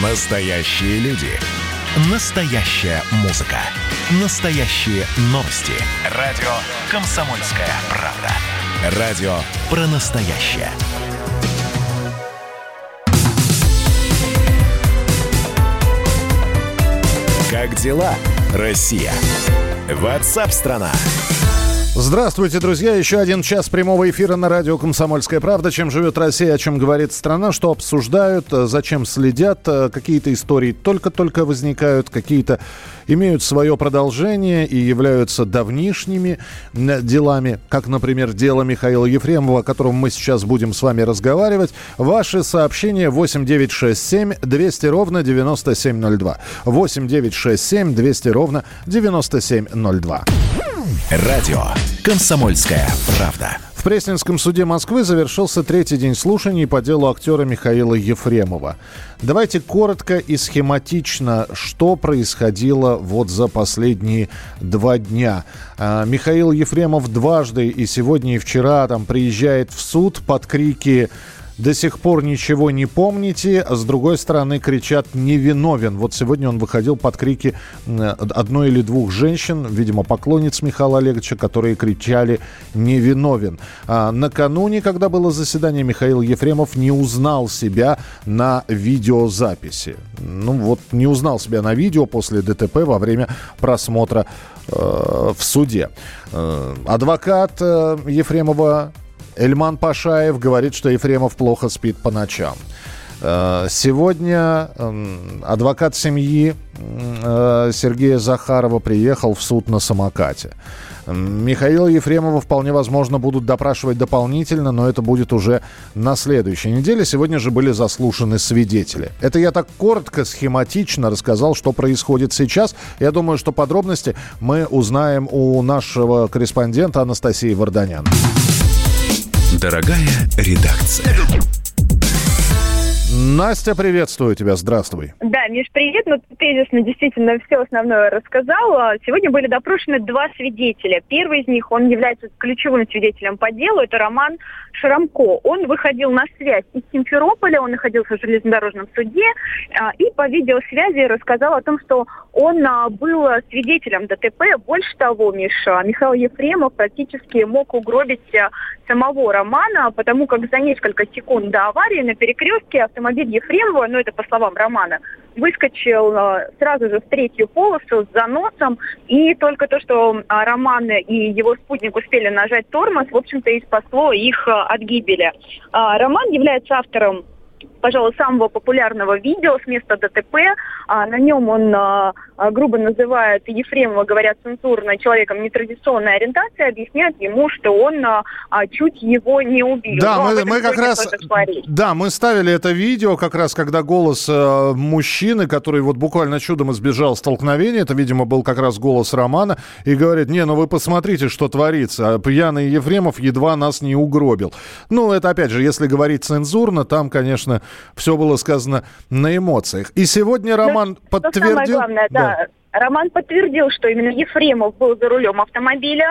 Настоящие люди. Настоящая музыка. Настоящие новости. Радио «Комсомольская правда». Радио про настоящее. Как дела, Россия? WhatsApp-страна. Здравствуйте, друзья. Еще один час прямого эфира на радио «Комсомольская правда». Чем живет Россия, о чем говорит страна, что обсуждают, зачем следят. Какие-то истории только-только возникают, какие-то имеют свое продолжение и являются давнишними делами, как, например, дело Михаила Ефремова, о котором мы сейчас будем с вами разговаривать. Ваши сообщения 8-967-200-97-02. 8-967-200-97-02. Радио «Комсомольская правда». В Пресненском суде Москвы завершился третий день слушаний по делу актера Михаила Ефремова. Давайте коротко и схематично, что происходило вот за последние 2 дня. Михаил Ефремов дважды, и сегодня, и вчера, приезжает в суд под крики «До сих пор ничего не помните», а с другой стороны кричат «невиновен». Вот сегодня он выходил под крики одной или двух женщин, видимо, поклонниц Михаила Олеговича, которые кричали «невиновен». А накануне, когда было заседание, Михаил Ефремов не узнал себя на видеозаписи. Не узнал себя на видео после ДТП во время просмотра в суде. Адвокат Ефремова Эльман Пашаев говорит, что Ефремов плохо спит по ночам. Сегодня адвокат семьи Сергея Захарова приехал в суд на самокате. Михаила Ефремова вполне возможно будут допрашивать дополнительно, но это будет уже на следующей неделе. Сегодня же были заслушаны свидетели. Это я так коротко, схематично рассказал, что происходит сейчас. Я думаю, что подробности мы узнаем у нашего корреспондента Анастасии Варданян. Дорогая редакция. Настя, приветствую тебя. Здравствуй. Да, Миш, привет. Тезисно действительно все основное рассказал. Сегодня были допрошены 2 свидетеля. Первый из них, он является ключевым свидетелем по делу. Это Роман Шарамко. Он выходил на связь из Симферополя, он находился в железнодорожном суде и по видеосвязи рассказал о том, что он был свидетелем ДТП. Больше того, Миша, Михаил Ефремов практически мог угробить самого Романа, потому как за несколько секунд до аварии на перекрестке автомобиль Ефремова, это по словам Романа, выскочил сразу же в третью полосу с заносом, и только то, что Роман и его спутник успели нажать тормоз, в общем-то и спасло их от гибели. Роман является автором, пожалуй, самого популярного видео с места ДТП. На нем он грубо называет Ефремова, говорят цензурно, человеком нетрадиционной ориентации, объясняет ему, что он чуть его не убил. Да, мы как раз... Да, мы ставили это видео как раз, когда голос мужчины, который буквально чудом избежал столкновения, это, видимо, был как раз голос Романа, и говорит: вы посмотрите, что творится. Пьяный Ефремов едва нас не угробил. Это, опять же, если говорить цензурно, там, конечно, все было сказано на эмоциях. И сегодня Роман подтвердил... Самое главное, да. Роман подтвердил, что именно Ефремов был за рулем автомобиля,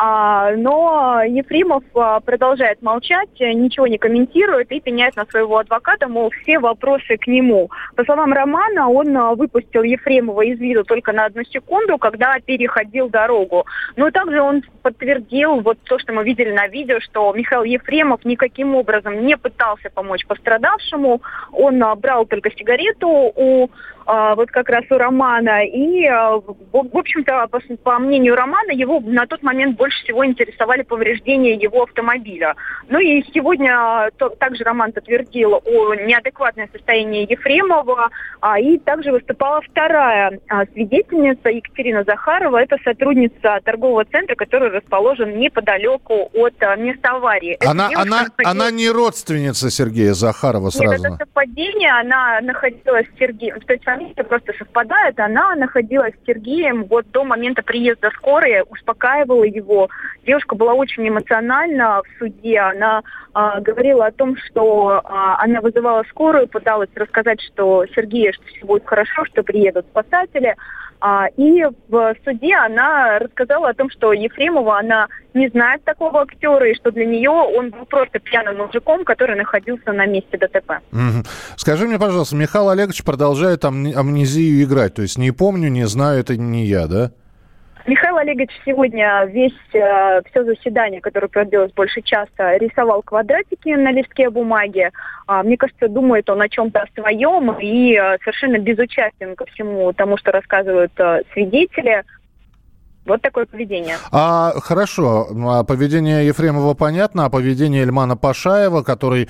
но Ефремов продолжает молчать, ничего не комментирует и пеняет на своего адвоката, мол, все вопросы к нему. По словам Романа, он выпустил Ефремова из виду только на 1 секунду, когда переходил дорогу. Но также он подтвердил то, что мы видели на видео, что Михаил Ефремов никаким образом не пытался помочь пострадавшему, он брал только сигарету как раз у Романа, и, в общем-то, по мнению Романа, его на тот момент больше всего интересовали повреждения его автомобиля. И сегодня также Роман подтвердил о неадекватном состоянии Ефремова, и также выступала вторая свидетельница Екатерина Захарова, это сотрудница торгового центра, который расположен неподалеку от места аварии. Она не родственница Сергея Захарова сразу? Нет, это совпадение, она находилась с Сергеем, то есть фамилия просто совпадает, она находилась с Сергеем до момента приезда скорой, успокаивала его. Девушка была очень эмоциональна в суде, она говорила о том, что она вызывала скорую, пыталась рассказать, что Сергею, что все будет хорошо, что приедут спасатели. И в суде она рассказала о том, что Ефремова, она не знает такого актера, и что для нее он был просто пьяным мужиком, который находился на месте ДТП. Угу. Скажи мне, пожалуйста, Михаил Олегович продолжает амнезию играть, то есть не помню, не знаю, это не я, да? Михаил Олегович сегодня все заседание, которое продлилось больше часа, рисовал квадратики на листке бумаги. Мне кажется, думает он о чем-то своем и совершенно безучастен ко всему тому, что рассказывают свидетели. Вот такое поведение. Хорошо. Поведение Ефремова понятно, а поведение Ильмана Пашаева, который,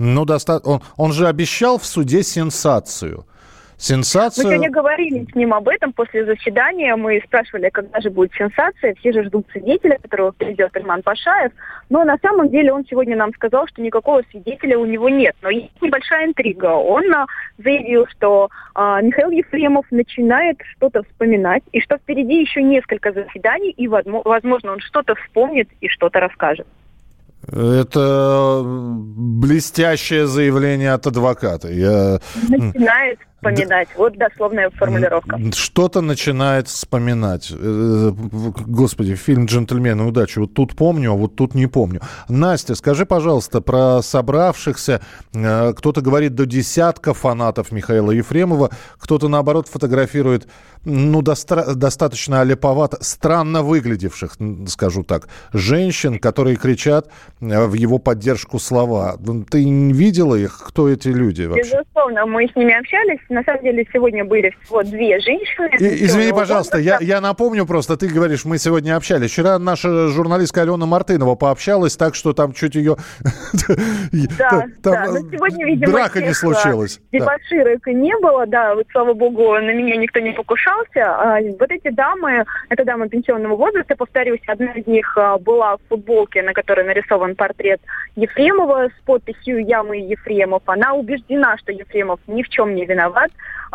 он же обещал в суде сенсацию. Мы сегодня говорили с ним об этом после заседания. Мы спрашивали, когда же будет сенсация. Все же ждут свидетеля, которого приведет Ильман Пашаев. Но на самом деле он сегодня нам сказал, что никакого свидетеля у него нет. Но есть небольшая интрига. Он заявил, что Михаил Ефремов начинает что-то вспоминать, и что впереди еще несколько заседаний, и, возможно, он что-то вспомнит и что-то расскажет. Это блестящее заявление от адвоката. Начинает вспоминать. Вот дословная формулировка. Что-то начинает вспоминать. Господи, фильм «Джентльмены удачи». Вот тут помню, а вот тут не помню. Настя, скажи, пожалуйста, про собравшихся. Кто-то говорит до десятка фанатов Михаила Ефремова. Кто-то, наоборот, фотографирует, достаточно аляповато, странно выглядевших, скажу так, женщин, которые кричат в его поддержку слова. Ты видела их? Кто эти люди вообще? Безусловно, мы с ними общались. На самом деле, сегодня были всего две женщины. Извини, пожалуйста, я напомню просто, ты говоришь, мы сегодня общались. Вчера наша журналистка Алена Мартынова пообщалась, так что там чуть ее... Да. Но сегодня, видимо, драка не случилась. Дебоширок не было, да, вот, слава богу, на меня никто не покушался. Вот эти дамы, это дамы пенсионного возраста, повторюсь, одна из них была в футболке, на которой нарисован портрет Ефремова с подписью «Я, мой Ефремов». Она убеждена, что Ефремов ни в чем не виноват.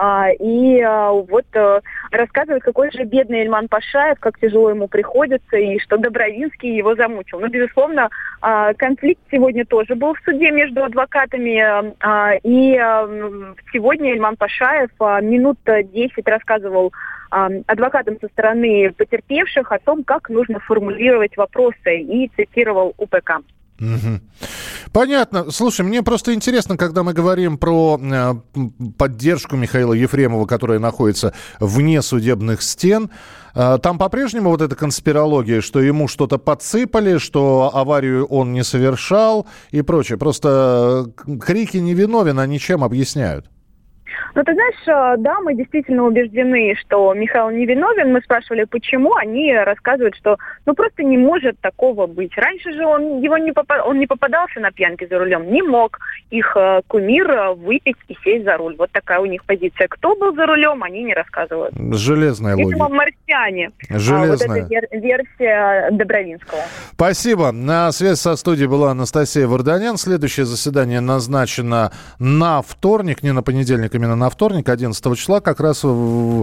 И вот рассказывает, какой же бедный Ильман Пашаев, как тяжело ему приходится, и что Добровинский его замучил. Но, безусловно, конфликт сегодня тоже был в суде между адвокатами. И сегодня Ильман Пашаев минут 10 рассказывал адвокатам со стороны потерпевших о том, как нужно формулировать вопросы, и цитировал УПК. Угу. Понятно. Слушай, мне просто интересно, когда мы говорим про поддержку Михаила Ефремова, которая находится вне судебных стен, там по-прежнему вот эта конспирология, что ему что-то подсыпали, что аварию он не совершал и прочее. Просто крики «невиновен», они чем объясняют? Ну, ты знаешь, да, мы действительно убеждены, что Михаил невиновен. Мы спрашивали, почему. Они рассказывают, что просто не может такого быть. Раньше же он не попадался на пьянке за рулем. Не мог их кумир выпить и сесть за руль. Вот такая у них позиция. Кто был за рулем, они не рассказывают. Железная логика. Видимо, марсиане. Железная. Вот это версия Добровинского. Спасибо. На связи со студией была Анастасия Варданян. Следующее заседание назначено на вторник, не на понедельник, именно на вторник, 11 числа, как раз на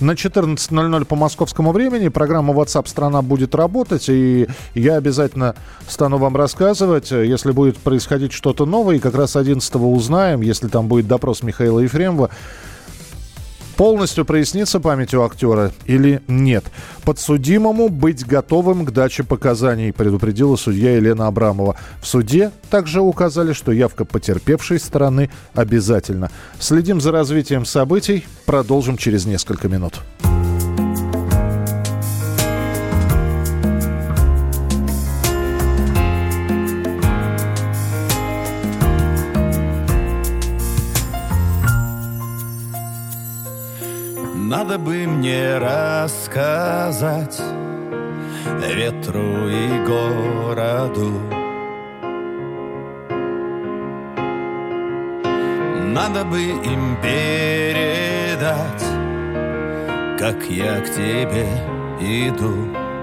14:00 по московскому времени. Программа WhatsApp «Страна» будет работать, и я обязательно стану вам рассказывать, если будет происходить что-то новое, и как раз 11-го узнаем, если там будет допрос Михаила Ефремова, полностью прояснится память у актера или нет. Подсудимому быть готовым к даче показаний, предупредила судья Елена Абрамова. В суде также указали, что явка потерпевшей стороны обязательна. Следим за развитием событий. Продолжим через несколько минут. Надо бы мне рассказать ветру и городу. Надо бы им передать, как я к тебе иду.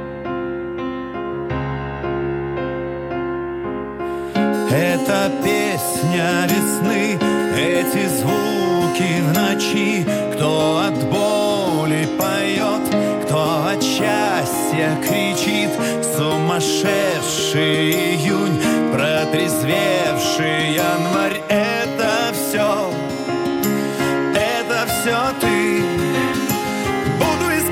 Это песня весны, эти звуки в ночи. Кто от боли поет, кто от счастья кричит. Сумасшедший июнь, протрезвевший январь. Это все ты. Буду искать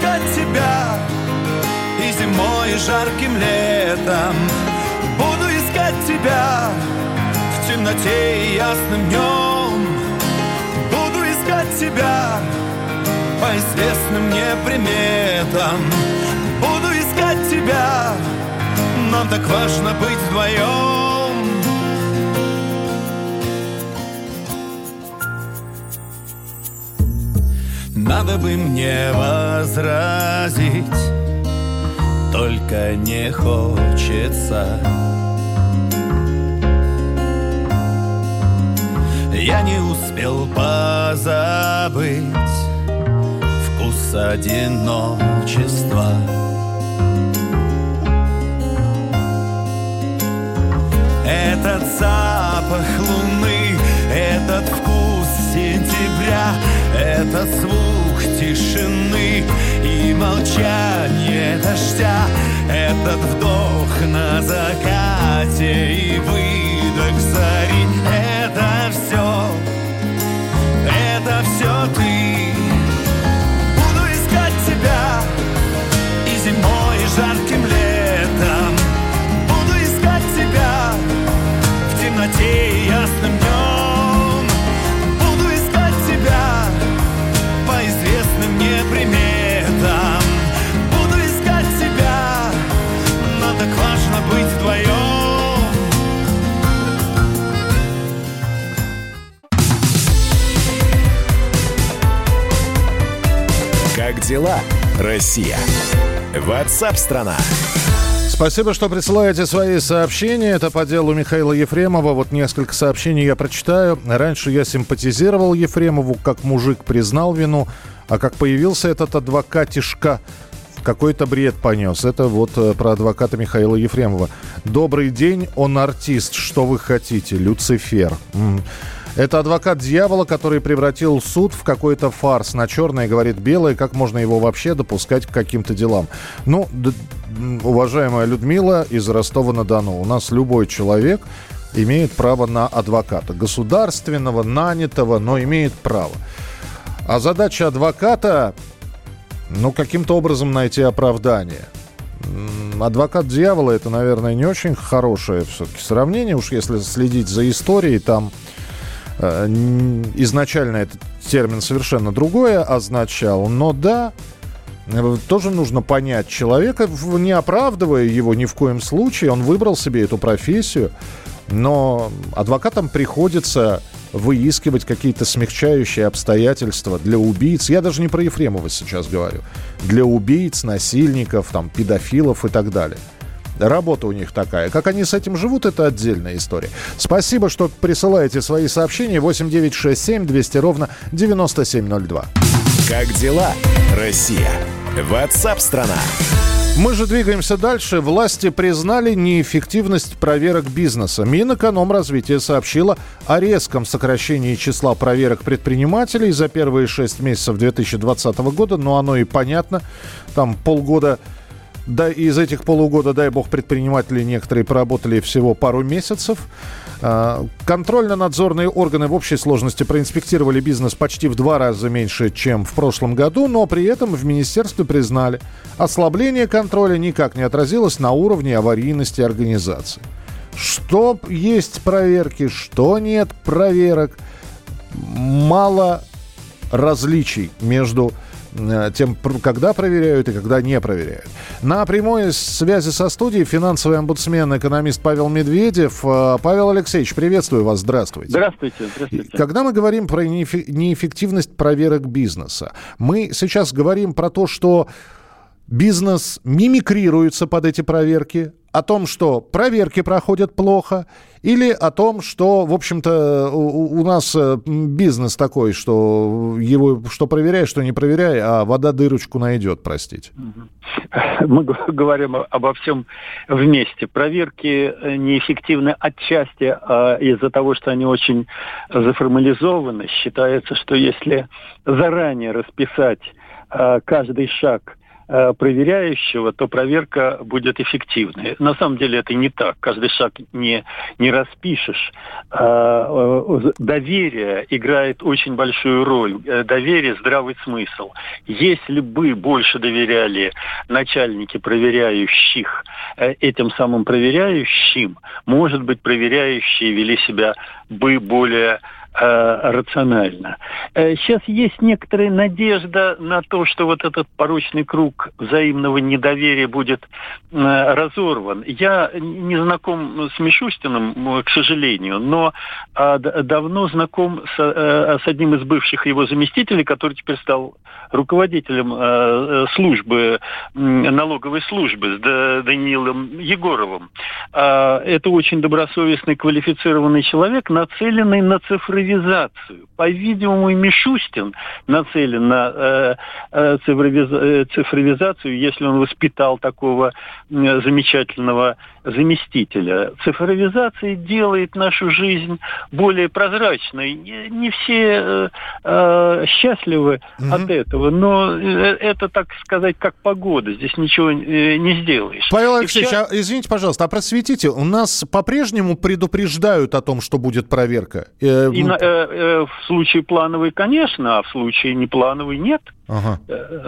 зимой и жарким летом. Буду искать тебя в темноте и ясным днем. Буду искать тебя по известным мне приметам. Буду искать тебя, нам так важно быть вдвоем. Надо бы мне возразить, только не хочется. Я не успел позабыть вкус одиночества. Этот запах луны, этот вкус сентября, этот звук тишины и молчание дождя, этот вдох на закате и выдох зари, это все ты. Буду искать тебя и зимой, и жарким летом. Буду искать тебя в темноте и ясным днем. Буду искать тебя по известным мне приметам. Буду искать тебя, нам так важно быть вдвоем. Как дела, Россия? WhatsApp-страна. Спасибо, что присылаете свои сообщения. Это по делу Михаила Ефремова. Вот несколько сообщений я прочитаю. Раньше я симпатизировал Ефремову, как мужик признал вину, а как появился этот адвокатишка, какой-то бред понес. Это вот про адвоката Михаила Ефремова. Добрый день, он артист. Что вы хотите? Люцифер. Это адвокат дьявола, который превратил суд в какой-то фарс. На черное говорит белое. Как можно его вообще допускать к каким-то делам? Ну, уважаемая Людмила из Ростова-на-Дону, у нас любой человек имеет право на адвоката. Государственного, нанятого, но имеет право. А задача адвоката, каким-то образом найти оправдание. Адвокат дьявола — это, наверное, не очень хорошее все-таки сравнение. Уж если следить за историей, там изначально этот термин совершенно другое означал. Но да, тоже нужно понять человека, не оправдывая его ни в коем случае. Он выбрал себе эту профессию. Но адвокатам приходится выискивать какие-то смягчающие обстоятельства для убийц. Я даже не про Ефремова сейчас говорю. Для убийц, насильников, педофилов и так далее. Работа у них такая. Как они с этим живут, это отдельная история. Спасибо, что присылаете свои сообщения. 8 9 6 7 200 ровно 9702. Как дела, Россия? WhatsApp-страна. Мы же двигаемся дальше. Власти признали неэффективность проверок бизнеса. Минэкономразвития сообщила о резком сокращении числа проверок предпринимателей за первые 6 месяцев 2020 года. Но оно и понятно. Там полгода... Да, из этих полугода, дай бог, предприниматели некоторые проработали всего пару месяцев. Контрольно-надзорные органы в общей сложности проинспектировали бизнес почти в 2 раза меньше, чем в прошлом году, но при этом в министерстве признали, ослабление контроля никак не отразилось на уровне аварийности организации. Что есть проверки, что нет проверок, мало различий между тем, когда проверяют и когда не проверяют. На прямой связи со студией финансовый омбудсмен, экономист Павел Медведев. Павел Алексеевич, приветствую вас, здравствуйте. Здравствуйте. Когда мы говорим про неэффективность проверок бизнеса, мы сейчас говорим про то, что бизнес мимикрируется под эти проверки, о том, что проверки проходят плохо, или о том, что, в общем-то, у нас бизнес такой, что его что проверяй, что не проверяй, а вода дырочку найдет, простите. Мы говорим обо всем вместе. Проверки неэффективны отчасти из-за того, что они очень заформализованы. Считается, что если заранее расписать каждый шаг проверяющего, то проверка будет эффективной. На самом деле это не так. Каждый шаг не распишешь. Доверие играет очень большую роль. Доверие, здравый смысл. Если бы больше доверяли начальники проверяющих этим самым проверяющим, может быть, проверяющие вели себя бы более рационально. Сейчас есть некоторая надежда на то, что вот этот порочный круг взаимного недоверия будет разорван. Я не знаком с Мишустиным, к сожалению, но давно знаком с одним из бывших его заместителей, который теперь стал руководителем службы, налоговой службы, с Даниилом Егоровым. Это очень добросовестный, квалифицированный человек, нацеленный на цифровизацию. По-видимому, и Мишустин нацелен на цифровизацию, если он воспитал такого замечательного заместителя. Цифровизация делает нашу жизнь более прозрачной. Не все счастливы от этого, но это, так сказать, как погода. Здесь ничего не сделаешь. Павел Алексеевич, извините, пожалуйста, а просветите, у нас по-прежнему предупреждают о том, что будет проверка? В случае плановой, конечно, а в случае неплановой нет. Ага.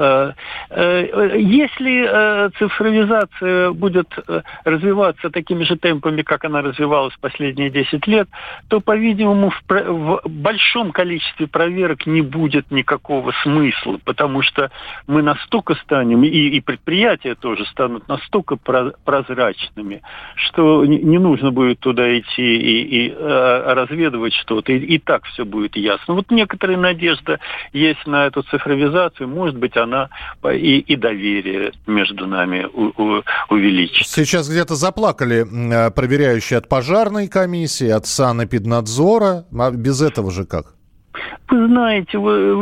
Если цифровизация будет развиваться такими же темпами, как она развивалась последние 10 лет, то, по-видимому, в большом количестве проверок не будет никакого смысла, потому что мы настолько станем, и предприятия тоже станут настолько прозрачными, что не нужно будет туда идти и разведывать что-то, и так все будет ясно. Вот некоторая надежда есть на эту цифровизацию. Может быть, она и доверие между нами увеличится. Сейчас где-то заплакали проверяющие от пожарной комиссии, от санэпиднадзора. А без этого же как? Вы знаете,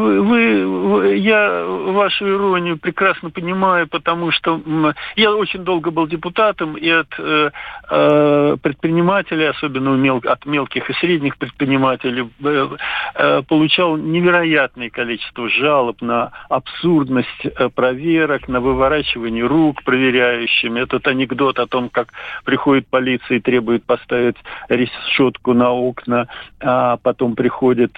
я вашу иронию прекрасно понимаю, потому что я очень долго был депутатом, и от предпринимателей, особенно от мелких и средних предпринимателей, получал невероятное количество жалоб на абсурдность проверок, на выворачивание рук проверяющим. Этот анекдот о том, как приходит полиция и требует поставить решетку на окна, а потом приходят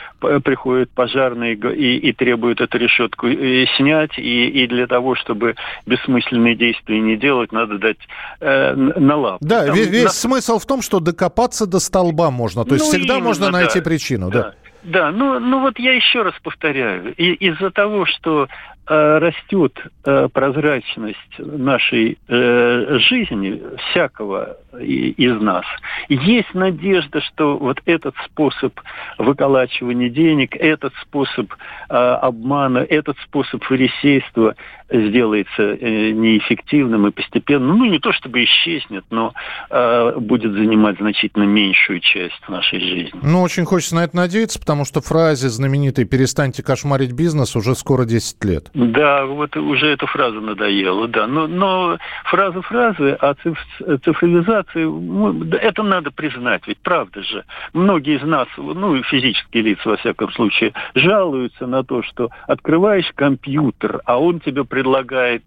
пожарные и требуют эту решетку снять, и для того, чтобы бессмысленные действия не делать, надо дать на лапу. Да, весь смысл в том, что докопаться до столба можно, то есть всегда именно, можно найти причину. Да, ну вот я еще раз повторяю, из-за того, что растет прозрачность нашей жизни, всякого из нас, есть надежда, что вот этот способ выколачивания денег, этот способ обмана, этот способ фарисейства сделается неэффективным и постепенно, не то чтобы исчезнет, но будет занимать значительно меньшую часть нашей жизни. Очень хочется на это надеяться, потому что фразе знаменитой «перестаньте кошмарить бизнес» уже скоро 10 лет. Да, вот уже эта фраза надоела, да. Но фразы, а цифровизация, это надо признать, ведь правда же. Многие из нас, физические лица, во всяком случае, жалуются на то, что открываешь компьютер, а он тебе предлагает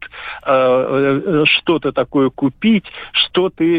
что-то такое купить, что ты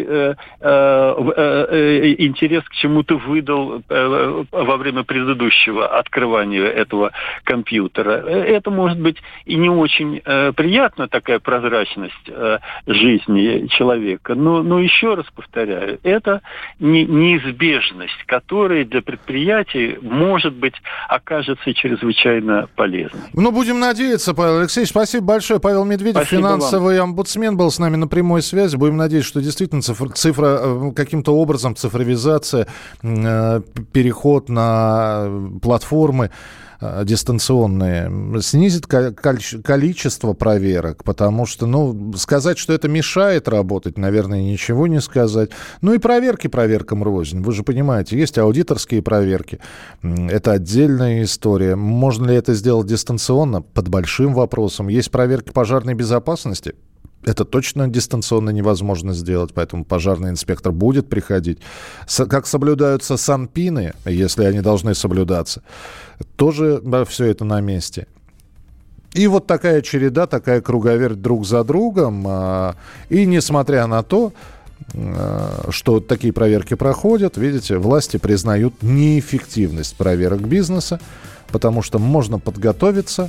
интерес к чему-то выдал во время предыдущего открывания этого компьютера. Это может быть и не очень приятна, такая прозрачность жизни человека, но еще раз повторяю, это неизбежность, которая для предприятий, может быть, окажется чрезвычайно полезной. Будем надеяться, Павел Алексеевич. Спасибо большое. Павел Медведев, спасибо финансовый вам. омбудсмен, был с нами на прямой связи. Будем надеяться, что действительно цифра каким-то образом, цифровизация, переход на платформы дистанционные снизит количество проверок, потому что, сказать, что это мешает работать, наверное, ничего не сказать. И проверки проверкам рознь. Вы же понимаете, есть аудиторские проверки. Это отдельная история. Можно ли это сделать дистанционно? Под большим вопросом. Есть проверки пожарной безопасности. Это точно дистанционно невозможно сделать, поэтому пожарный инспектор будет приходить. Как соблюдаются санпины, если они должны соблюдаться, тоже все это на месте. И вот такая череда, такая круговерть друг за другом. И несмотря на то, что такие проверки проходят, видите, власти признают неэффективность проверок бизнеса, потому что можно подготовиться,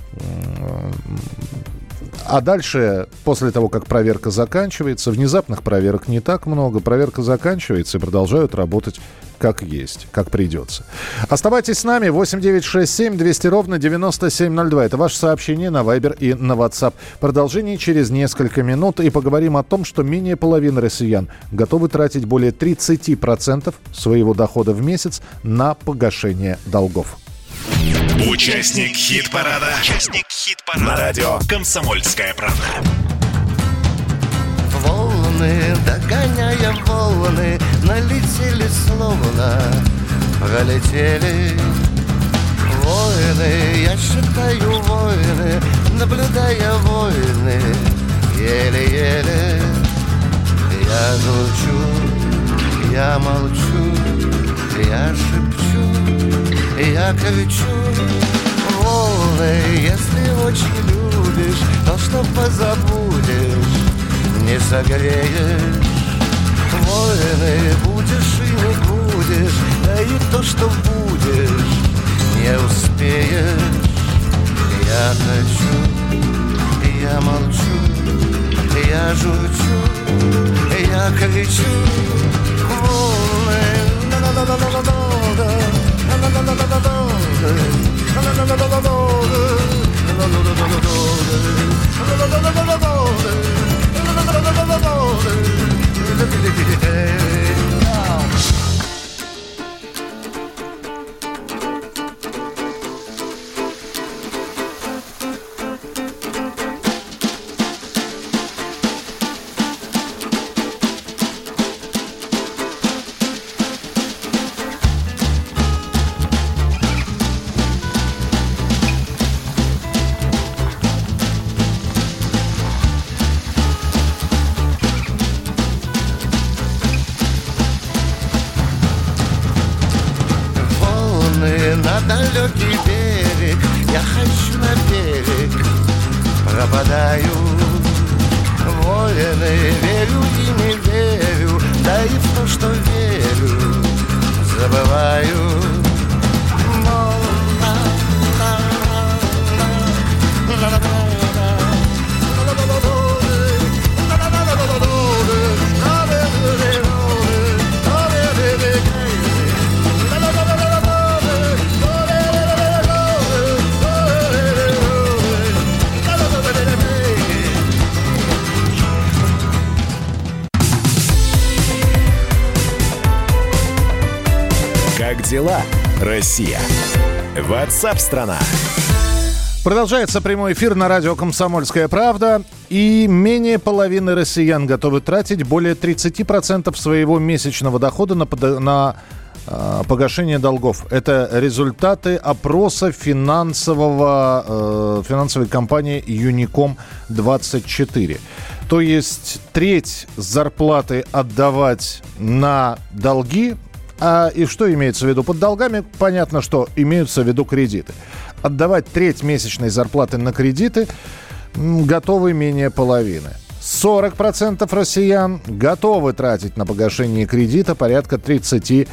а дальше, после того, как проверка заканчивается, внезапных проверок не так много, проверка заканчивается и продолжают работать как есть, как придется. Оставайтесь с нами, 8967 200 ровно 9702. Это ваше сообщение на Viber и на WhatsApp. Продолжение через несколько минут, и поговорим о том, что менее половины россиян готовы тратить более 30% своего дохода в месяц на погашение долгов. Участник хит-парада. На радио «Комсомольская правда». Волны, догоняя волны, налетели словно, пролетели. Войны, я считаю войны, наблюдая войны, еле-еле. Я журчу, я молчу, я шепчу, я кричу. Волны, если очень любишь, то что позабудешь, не согреешь. Войны, будешь и не будешь, да и то, что будешь, не успеешь. Я хочу, я молчу, я журчу, я кричу. Волны, на далекий берег, я хочу на берег, пропадаю. Воины, верю и не верю, да и в то, что верю, забываю. Как дела, Россия? WhatsApp-страна. Продолжается прямой эфир на радио «Комсомольская правда». И менее половины россиян готовы тратить более 30% своего месячного дохода на погашение долгов. Это результаты опроса финансовой компании Unicom24. То есть треть зарплаты отдавать на долги. И что имеется в виду? Под долгами понятно, что имеются в виду кредиты. Отдавать треть месячной зарплаты на кредиты готовы менее половины. 40% россиян готовы тратить на погашение кредита порядка 30-40%.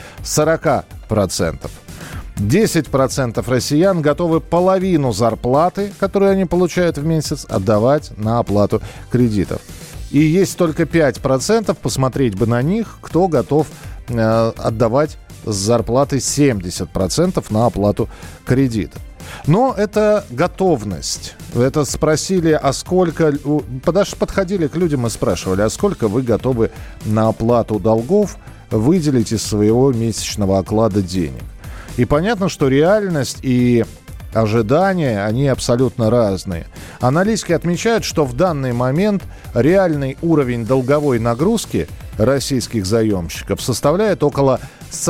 10% россиян готовы половину зарплаты, которую они получают в месяц, отдавать на оплату кредитов. И есть только 5%, посмотреть бы на них, кто готов отдавать с зарплаты 70% на оплату кредита. Но это готовность. Это спросили, а сколько... Подходили к людям и спрашивали, а сколько вы готовы на оплату долгов выделить из своего месячного оклада денег. И понятно, что реальность и ожидания, они абсолютно разные. Аналитики отмечают, что в данный момент реальный уровень долговой нагрузки российских заемщиков составляет около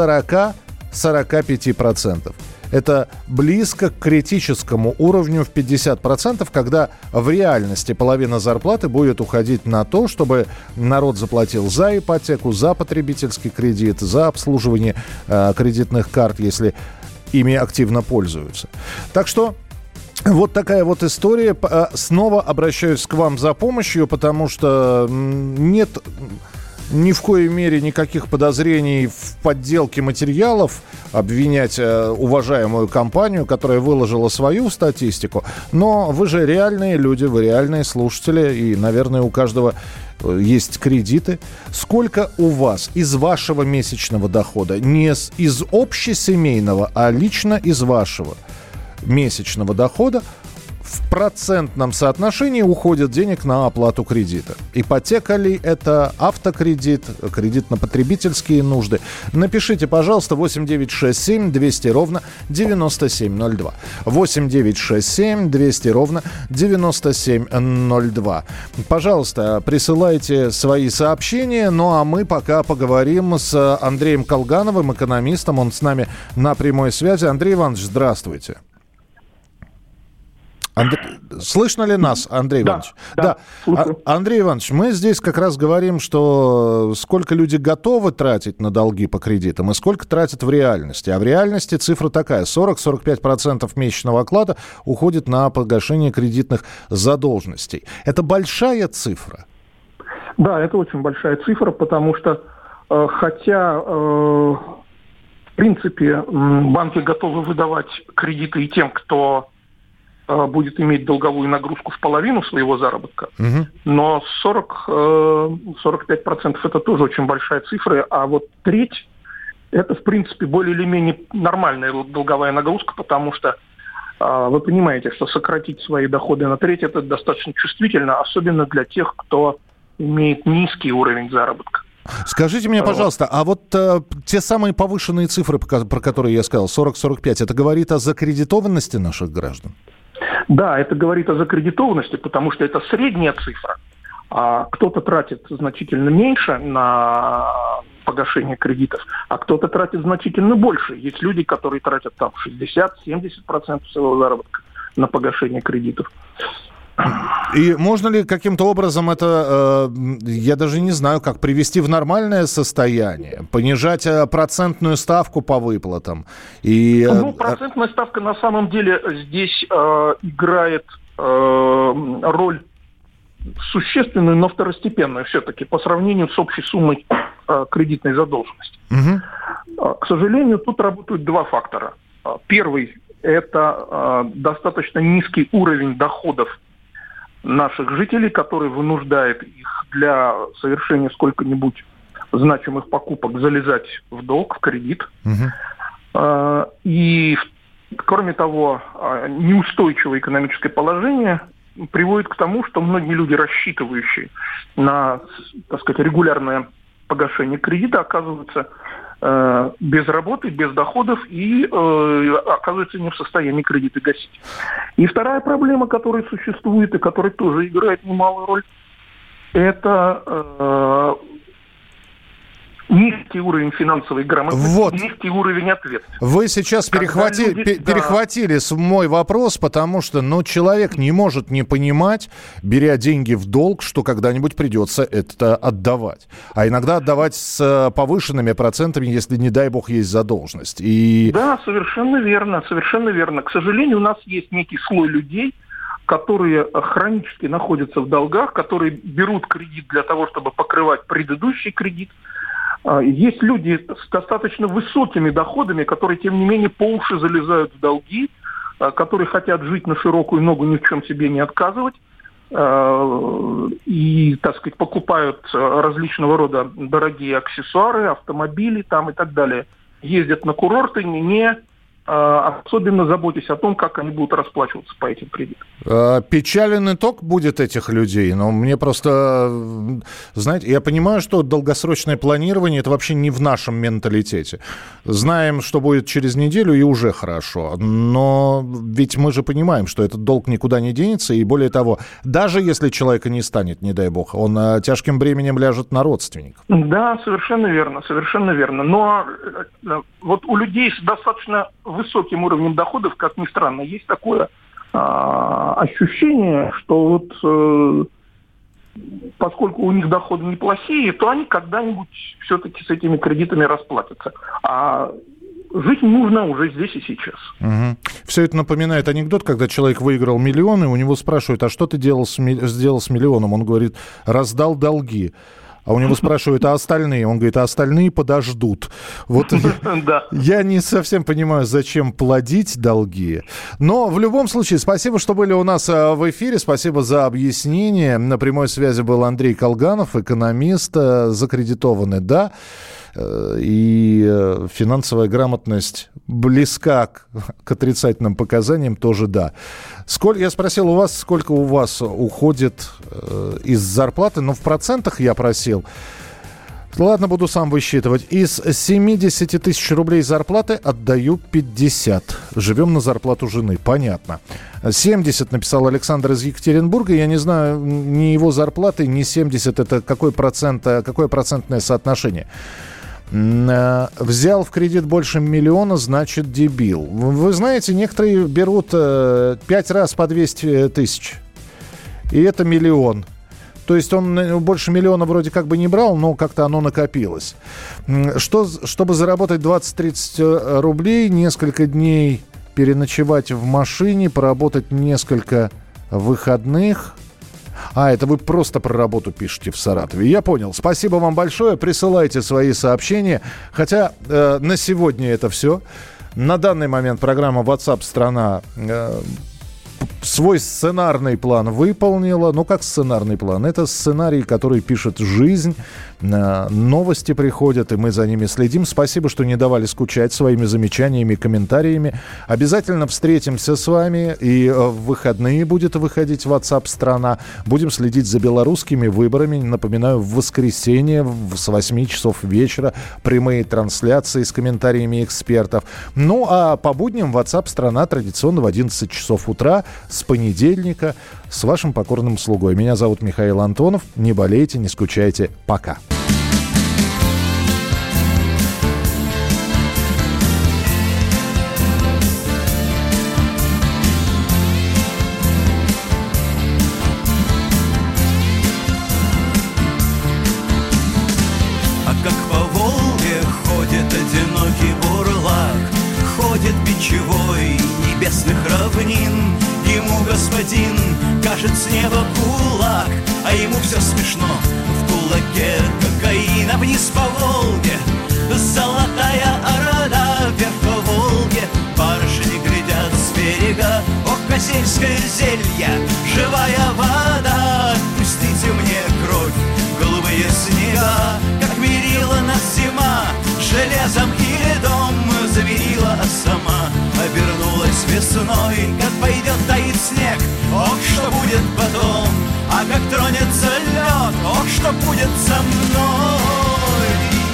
40-45%. Это близко к критическому уровню в 50%, когда в реальности половина зарплаты будет уходить на то, чтобы народ заплатил за ипотеку, за потребительский кредит, за обслуживание кредитных карт, если ими активно пользуются. Так что Вот такая вот история. Снова обращаюсь к вам за помощью, потому что нет ни в коей мере никаких подозрений в подделке материалов, обвинять уважаемую компанию, которая выложила свою статистику. Но вы же реальные люди, вы реальные слушатели, и, наверное, у каждого есть кредиты. Сколько у вас из вашего месячного дохода, не из общесемейного, а лично из вашего месячного дохода, в процентном соотношении уходит денег на оплату кредита? Ипотека ли это, автокредит, кредит на потребительские нужды? Напишите, пожалуйста, 8967 200 ровно 9702. 8967 200 ровно 9702. Пожалуйста, присылайте свои сообщения. Ну а мы пока поговорим с Андреем Колгановым, экономистом. Он с нами на прямой связи. Андрей Иванович, здравствуйте. Слышно ли нас, Андрей Иванович? Да. Андрей Иванович, мы здесь как раз говорим, что сколько люди готовы тратить на долги по кредитам и сколько тратят в реальности. А в реальности цифра такая: 40-45% месячного оклада уходит на погашение кредитных задолженностей. Это большая цифра? Да, это очень большая цифра, потому что хотя, в принципе, банки готовы выдавать кредиты и тем, кто будет иметь долговую нагрузку в половину своего заработка, но 40-45% это тоже очень большая цифра, а вот треть это, в принципе, более или менее нормальная долговая нагрузка, потому что вы понимаете, что сократить свои доходы на треть это достаточно чувствительно, особенно для тех, кто имеет низкий уровень заработка. Скажите мне, пожалуйста, а вот те самые повышенные цифры, про которые я сказал, 40-45, это говорит о закредитованности наших граждан? Да, это говорит о закредитованности, потому что это средняя цифра. А кто-то тратит значительно меньше на погашение кредитов, а кто-то тратит значительно больше. Есть люди, которые тратят там 60-70% своего заработка на погашение кредитов. И можно ли каким-то образом это, я даже не знаю, как привести в нормальное состояние? Понижать процентную ставку по выплатам? Процентная ставка на самом деле здесь играет роль существенную, но второстепенную все-таки по сравнению с общей суммой кредитной задолженности. К сожалению, тут работают два фактора. Первый – это достаточно низкий уровень доходов наших жителей, который вынуждает их для совершения сколько-нибудь значимых покупок залезать в долг, в кредит. И, кроме того, неустойчивое экономическое положение приводит к тому, что многие люди, рассчитывающие на, так сказать, регулярное погашение кредита, оказываются без работы, без доходов и оказывается не в состоянии кредиты гасить. И вторая проблема, которая существует и которая тоже играет немалую роль, это низкий уровень финансовой грамотности, низкий уровень ответственности. Вы сейчас перехватили мой вопрос, потому что человек не может не понимать, беря деньги в долг, что когда-нибудь придется это отдавать. А иногда отдавать с повышенными процентами, если, не дай бог, есть задолженность. Да, совершенно верно, совершенно верно. К сожалению, у нас есть некий слой людей, которые хронически находятся в долгах, которые берут кредит для того, чтобы покрывать предыдущий кредит. Есть люди с достаточно высокими доходами, которые, тем не менее, по уши залезают в долги, которые хотят жить на широкую ногу, ни в чем себе не отказывать, и, так сказать, покупают различного рода дорогие аксессуары, автомобили там и так далее. Ездят на курорты, особенно заботясь о том, как они будут расплачиваться по этим кредитам. Печален итог будет этих людей. Но мне просто, знаете, я понимаю, что долгосрочное планирование – это вообще не в нашем менталитете. Знаем, что будет через неделю, и уже хорошо. Но ведь мы же понимаем, что этот долг никуда не денется. И более того, даже если человека не станет, не дай бог, он тяжким бременем ляжет на родственников. Да, совершенно верно, совершенно верно. Но вот у людей с достаточно высоким уровнем доходов, как ни странно, есть такое ощущение, что поскольку у них доходы неплохие, то они когда-нибудь все-таки с этими кредитами расплатятся. А жить нужно уже здесь и сейчас. Угу. Все это напоминает анекдот, когда человек выиграл миллион, и у него спрашивают, а что ты сделал с миллионом? Он говорит, раздал долги. А у него спрашивают, а остальные? Он говорит, а остальные подождут. Вот я не совсем понимаю, зачем плодить долги. Но в любом случае, спасибо, что были у нас в эфире. Спасибо за объяснение. На прямой связи был Андрей Колганов, экономист, закредитованный, да. И финансовая грамотность близка к отрицательным показаниям, тоже да. Я спросил у вас, сколько у вас уходит из зарплаты, но в процентах я просил. Ладно, буду сам высчитывать. Из 70 тысяч рублей зарплаты отдаю 50. Живем на зарплату жены. Понятно. 70 написал Александр из Екатеринбурга. Я не знаю ни его зарплаты, ни 70. Это какое процентное соотношение. Взял в кредит больше миллиона, значит дебил. Вы знаете, некоторые берут 5 раз по 200 тысяч. И это миллион. То есть он больше миллиона вроде как бы не брал, но как-то оно накопилось. Чтобы заработать 20-30 рублей, несколько дней переночевать в машине, поработать несколько выходных. Это вы просто про работу пишете в Саратове. Я понял. Спасибо вам большое. Присылайте свои сообщения. Хотя на сегодня это все. На данный момент программа WhatsApp страна свой сценарный план выполнила. Ну, как сценарный план? Это сценарий, который пишет жизнь. Новости приходят, и мы за ними следим. Спасибо, что не давали скучать своими замечаниями, комментариями. Обязательно встретимся с вами. И в выходные будет выходить WhatsApp страна. Будем следить за белорусскими выборами. Напоминаю, в воскресенье с 8 часов вечера прямые трансляции с комментариями экспертов. Ну, а по будням WhatsApp страна традиционно в 11 часов утра с понедельника с вашим покорным слугой. Меня зовут Михаил Антонов. Не болейте, не скучайте. Пока. А как по Волге ходит одинокий бурлак, ходит бичевой небесных равнин. Ему господин кажет с неба кулак, а ему все смешно, в кулаке кокаин. А вниз по Волге золотая орда, вверх по Волге барышни глядят с берега. Ох, косельское зелье, живая вода, отпустите мне кровь, голубые снега. Как мерила нас зима железом и льдом, заверила, а сама обернулась весной. Как пойдет таит снег, ох, что будет потом, а как тронется лед, ох, что будет со мной.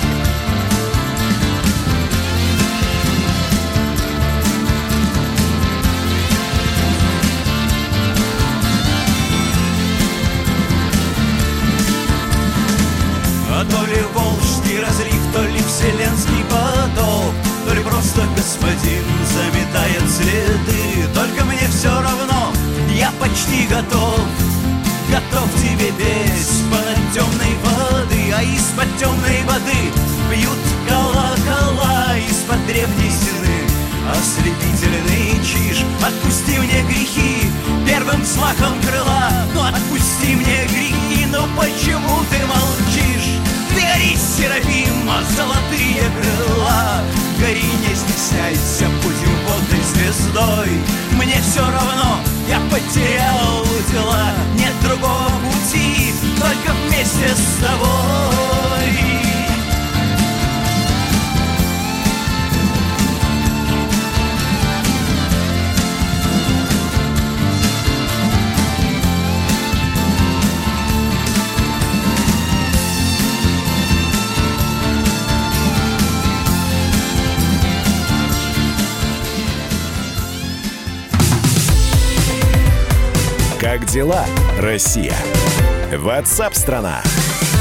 А то ли волжский разлив, то ли вселенский потоп, то ли просто господин заметает следы. Только мне все равно, я почти готов, готов тебе петь из-под темной воды. А из-под темной воды бьют колокола, из-под древней стены ослепительный чиж. Отпусти мне грехи первым взмахом крыла, ну отпусти мне грехи, ну почему ты молчишь? Ты гори, Серафима, золотые крыла, гори, не стесняйся, будем водной звездой. Мне все равно, я потерял дела, нет другого пути, только вместе с тобой. Как дела, Россия? WhatsApp страна.